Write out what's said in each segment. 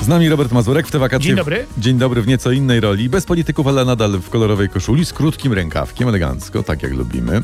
Z nami Robert Mazurek w te wakacje. Dzień dobry. Dzień dobry w nieco innej roli. Bez polityków, ale nadal w kolorowej koszuli, z krótkim rękawkiem, elegancko, tak jak lubimy.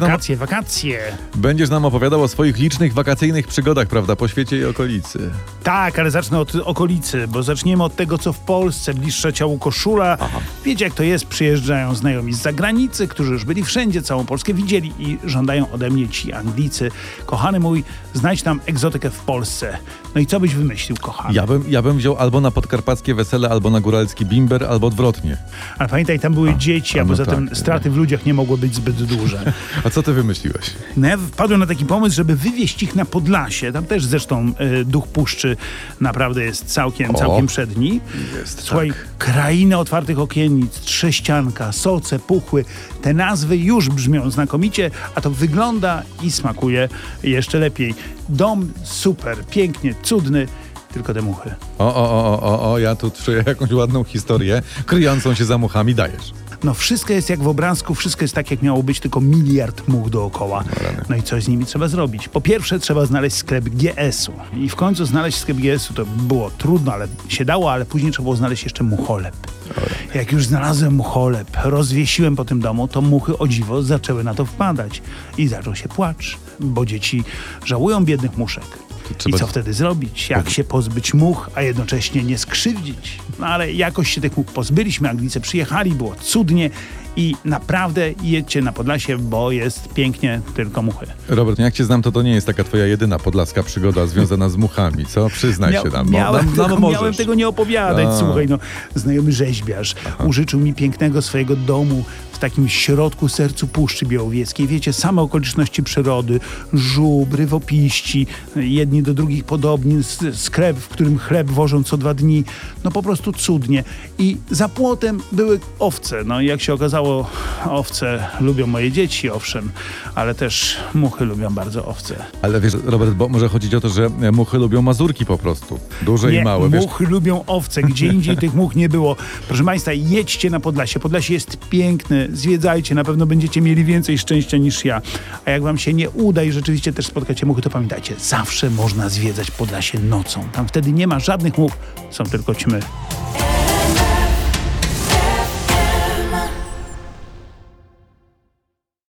Będziesz nam opowiadał o swoich licznych wakacyjnych przygodach, prawda, po świecie i okolicy. Tak, ale zacznę od okolicy, bo zaczniemy od tego, co w Polsce, bliższa ciału koszula. Aha. Wiecie, jak to jest, przyjeżdżają znajomi z zagranicy, którzy już byli wszędzie, całą Polskę widzieli i żądają ode mnie ci Anglicy. Kochany mój, znajdź tam egzotykę w Polsce. No i co byś wymyślił, kochany? Ja bym wziął albo na podkarpackie wesele, albo na góralski bimber, albo odwrotnie. Ale pamiętaj, tam były dzieci, a no poza tak, tym straty w ludziach nie mogły być zbyt duże. A co ty wymyśliłeś? No ja wpadłem na taki pomysł, żeby wywieźć ich na Podlasie. Tam też zresztą duch puszczy naprawdę jest całkiem przedni. Jest, Słuchaj, tak. kraina otwartych okiennic, Trześcianka, Soce, Puchły. Te nazwy już brzmią znakomicie, a to wygląda i smakuje jeszcze lepiej. Dom super, pięknie, cudny, tylko te muchy. Ja tu czuję jakąś ładną historię, kryjącą się za muchami, dajesz. No wszystko jest jak w obrazku, wszystko jest tak, jak miało być, tylko miliard much dookoła. No i coś z nimi trzeba zrobić. Po pierwsze trzeba znaleźć sklep GS-u. I w końcu znaleźć sklep GS-u to było trudno, ale się dało, ale później trzeba było znaleźć jeszcze mucholep. Jak już znalazłem mucholep, rozwiesiłem po tym domu, to muchy o dziwo zaczęły na to wpadać. I zaczął się płacz, bo dzieci żałują biednych muszek. I co wtedy zrobić? Jak się pozbyć much, a jednocześnie nie skrzywdzić? No ale jakoś się tych much pozbyliśmy, Anglicy przyjechali, było cudnie i naprawdę jedźcie na Podlasie, bo jest pięknie, tylko muchy. Robert, jak cię znam, to nie jest taka twoja jedyna podlaska przygoda związana z muchami, co? Przyznaj się nam. Miałem tego nie opowiadać, słuchaj, znajomy rzeźbiarz użyczył mi pięknego swojego domu w takim środku, sercu Puszczy Białowieskiej. Wiecie, same okoliczności przyrody, żubry, wopiści, jedni do drugich podobni, sklep, w którym chleb wożą co 2 dni. No po prostu cudnie. I za płotem były owce. No i jak się okazało, owce lubią moje dzieci, owszem, ale też muchy lubią bardzo owce. Ale wiesz, Robert, bo może chodzić o to, że muchy lubią mazurki po prostu. Duże i małe. Muchy lubią owce. Gdzie indziej tych much nie było. Proszę Państwa, jedźcie na Podlasie. Podlasie jest piękne. Zwiedzajcie. Na pewno będziecie mieli więcej szczęścia niż ja. A jak wam się nie uda i rzeczywiście też spotkacie muchy, to pamiętajcie, zawsze można zwiedzać Podlasie nocą. Tam wtedy nie ma żadnych much. Są tylko ćmy.